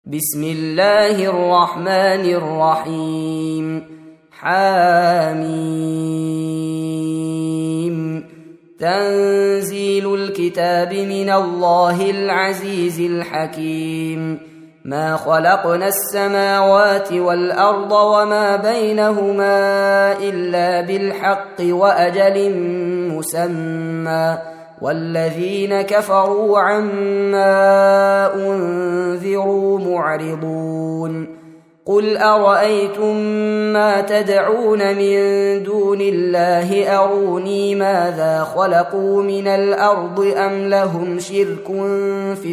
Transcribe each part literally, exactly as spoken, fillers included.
بسم الله الرحمن الرحيم. حاميم. تنزيل الكتاب من الله العزيز الحكيم. ما خلقنا السماوات والأرض وما بينهما إلا بالحق وأجل مسمى، والذين كفروا عما أنذروا معرضون. قل أرأيتم ما تدعون من دون الله أروني ماذا خلقوا من الأرض أم لهم شرك في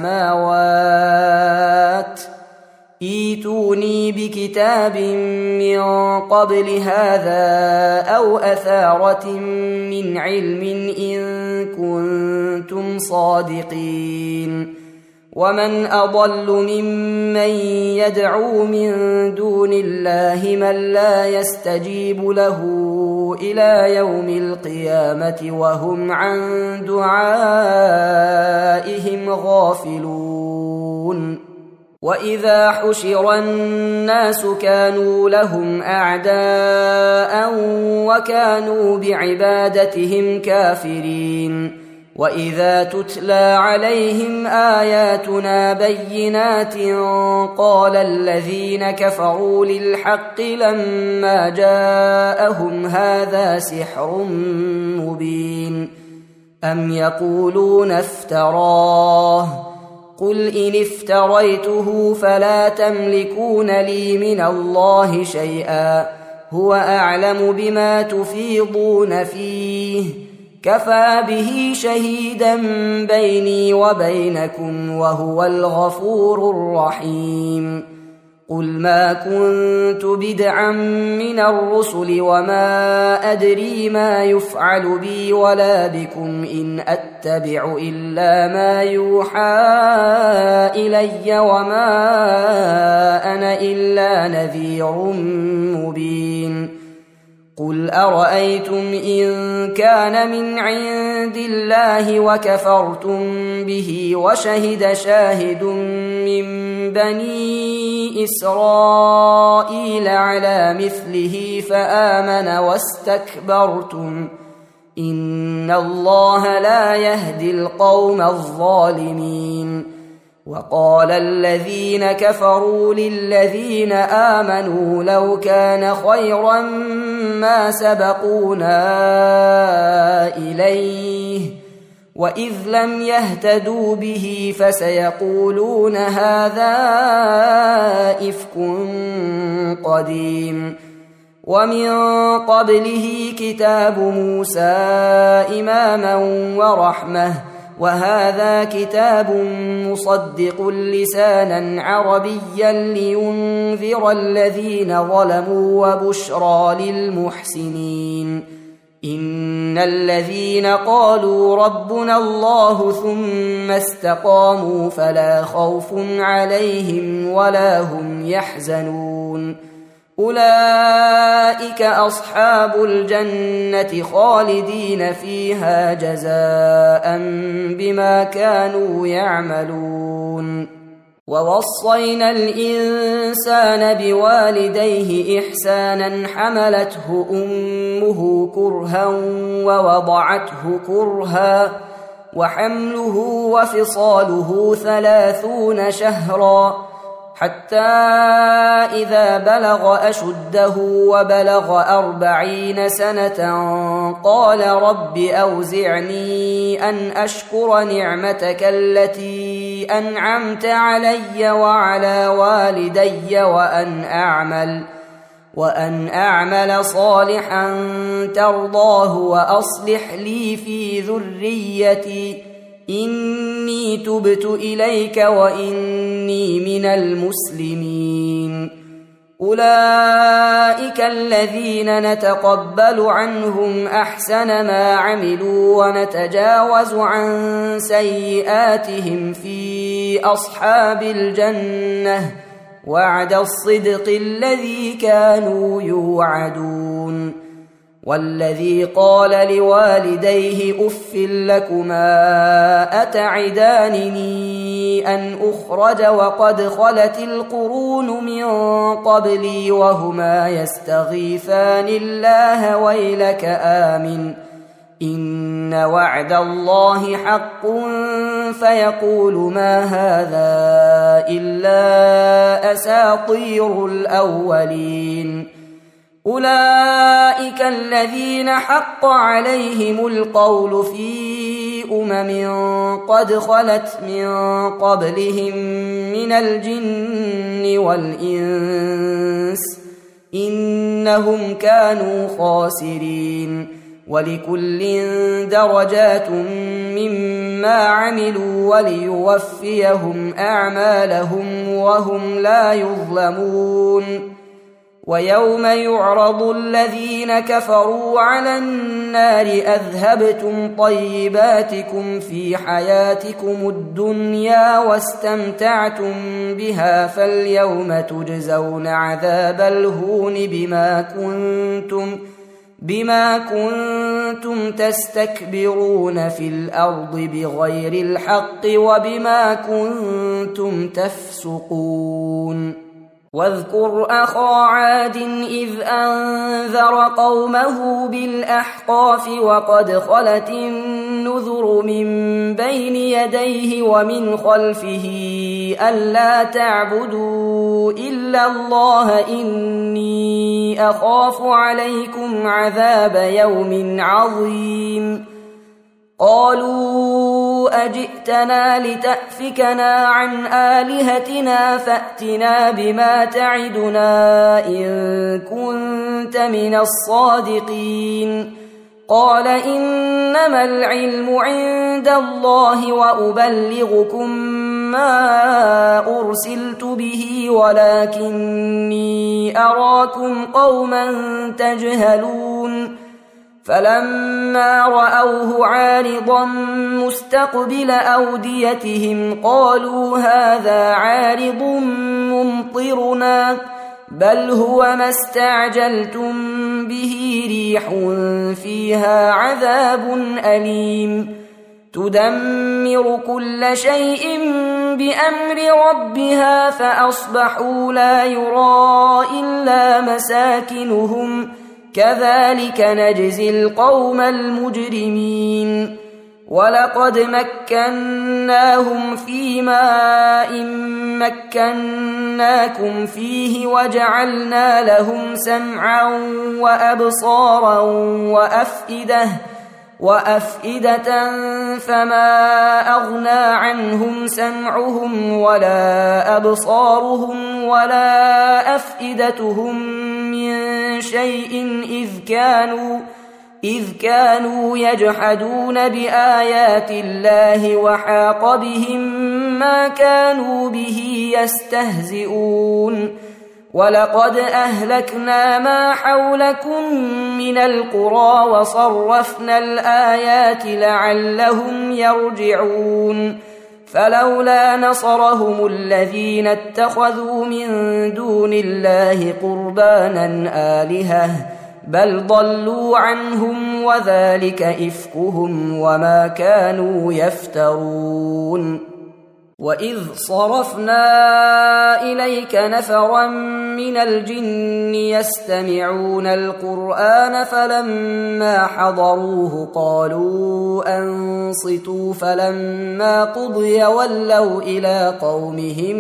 السماوات؟ ايتوني بكتاب من قبل هذا أو أثارة من علم إن كنتم صادقين. ومن أضل ممن يدعو من دون الله من لا يستجيب له إلى يوم القيامة وهم عن دعائهم غافلون. وإذا حشر الناس كانوا لهم أعداء وكانوا بعبادتهم كافرين. وإذا تتلى عليهم آياتنا بينات قال الذين كفروا للحق لما جاءهم هذا سحر مبين. أم يقولون افتراه؟ قل إن افتريته فلا تملكون لي من الله شيئا، هو أعلم بما تفيضون فيه، كفى به شهيدا بيني وبينكم وهو الغفور الرحيم. قل ما كنت بدعا من الرسل وما أدري ما يفعل بي ولا بكم إن أتبع إلا ما يوحى إلي وما أنا إلا نذير مبين. قل أرأيتم إن كان من عند الله وكفرتم به وشهد شاهد من بني إسرائيل على مثله فآمن واستكبرتم إن الله لا يهدي القوم الظالمين. وقال الذين كفروا للذين آمنوا لو كان خيرا ما سبقونا إليه وإذ لم يهتدوا به فسيقولون هذا إفك قديم. ومن قبله كتاب موسى إماما ورحمة، وهذا كتاب مصدق لسانا عربيا لينذر الذين ظلموا وبشرى للمحسنين. إن الذين قالوا ربنا الله ثم استقاموا فلا خوف عليهم ولا هم يحزنون. أولئك أصحاب الجنة خالدين فيها جزاء بما كانوا يعملون. ووصينا الإنسان بوالديه إحسانا حملته أمه كرها ووضعته كرها وحمله وفصاله ثلاثون شهرا حتى إذا بلغ أشده وبلغ أربعين سنة قال رب أوزعني أن أشكر نعمتك التي أنعمت علي وعلى والدي وأن أعمل وأن أعمل صالحا ترضاه وأصلح لي في ذريتي إني تبت إليك وإني من المسلمين. أولئك الذين نتقبل عنهم أحسن ما عملوا ونتجاوز عن سيئاتهم في أصحاب الجنة وعد الصدق الذي كانوا يوعدون. والذي قال لوالديه أف لكما أتعدانني أن أخرج وقد خلت القرون من قبلي وهما يستغيثان الله ويلك آمن إن وعد الله حق فيقول ما هذا إلا أساطير الأولين أولئك الذين حق عليهم القول في أمم قد خلت من قبلهم من الجن والإنس إنهم كانوا خاسرين ولكل درجات مما عملوا وليوفيهم أعمالهم وهم لا يظلمون ويوم يعرض الذين كفروا على النار أذهبتم طيباتكم في حياتكم الدنيا واستمتعتم بها فاليوم تجزون عذاب الهون بما كنتم بما كنتم تستكبرون في الأرض بغير الحق وبما كنتم تفسقون واذكر أخا عاد إذ أنذر قومه بالأحقاف وقد خلت النذر من بين يديه ومن خلفه ألا تعبدوا إلا الله إني أخاف عليكم عذاب يوم عظيم قالوا أجئتنا لتأفكنا عن آلهتنا فأتنا بما تعدنا إن كنت من الصادقين قال إنما العلم عند الله وأبلغكم ما أرسلت به ولكني أراكم قوما تجهلون فلما رأوه عارضا مستقبل أوديتهم قالوا هذا عارض ممطرنا بل هو ما استعجلتم به ريح فيها عذاب أليم تدمر كل شيء بأمر ربها فأصبحوا لا يرى إلا مساكنهم كذلك نجزي القوم المجرمين ولقد مكناهم في ماء مكناكم فيه وجعلنا لهم سمعا وأبصارا وأفئدة وأفئدة فما أغنى عنهم سمعهم ولا أبصارهم ولا أفئدتهم من شيء إذ كانوا إذ كانوا يجحدون بآيات الله وحاق بهم ما كانوا به يستهزئون ولقد أهلكنا ما حولكم من القرى وصرفنا الآيات لعلهم يرجعون فلولا نصرهم الذين اتخذوا من دون الله قربانا آلهة بل ضلوا عنهم وذلك إفكهم وما كانوا يفترون وإذ صرفنا إليك نفرا من الجن يستمعون القرآن فلما حضروه قالوا أنصتوا فلما قضي ولوا إلى قومهم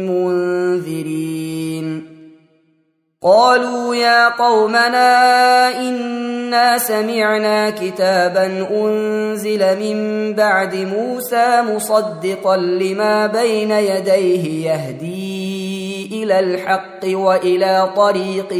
منذرين قالوا يا قومنا إنا سمعنا كتابا أنزل من بعد موسى مصدقا لما بين يديه يهدي إلى الحق وإلى طريق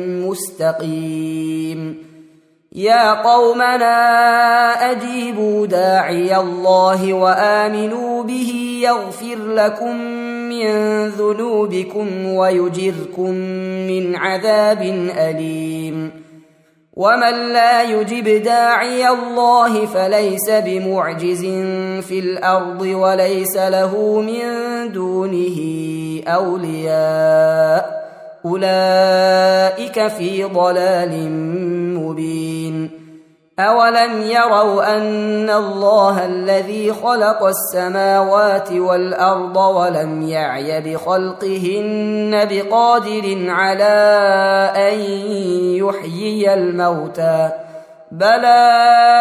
مستقيم يا قومنا أجيبوا داعي الله وآمنوا به يغفر لكم من ذنوبكم ويجركم من عذاب أليم ومن لا يجب داعي الله فليس بمعجز في الأرض وليس له من دونه أولياء أولئك في ضلال مبين أولم يروا أن الله الذي خلق السماوات والأرض ولم يعي بخلقهن بقادر على أن يحيي الموتى بلى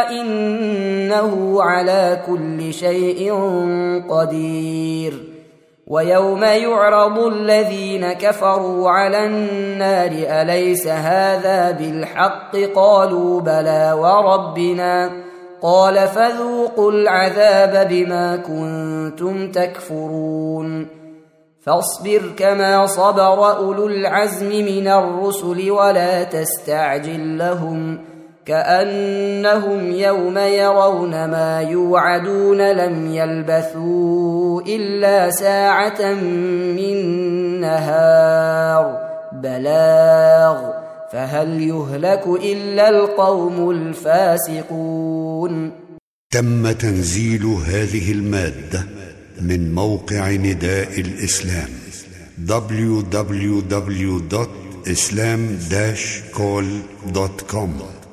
إنه على كل شيء قدير ويوم يعرض الذين كفروا على النار أليس هذا بالحق قالوا بلى وربنا قال فذوقوا العذاب بما كنتم تكفرون فاصبر كما صبر أولو العزم من الرسل ولا تستعجل لهم كأنهم يوم يرون ما يوعدون لم يلبثوا إلا ساعة من نهار بلاغ فهل يهلك إلا القوم الفاسقون. تم تنزيل هذه المادة من موقع نداء الإسلام دبليو دبليو دبليو دوت إسلام داش كول دوت كوم.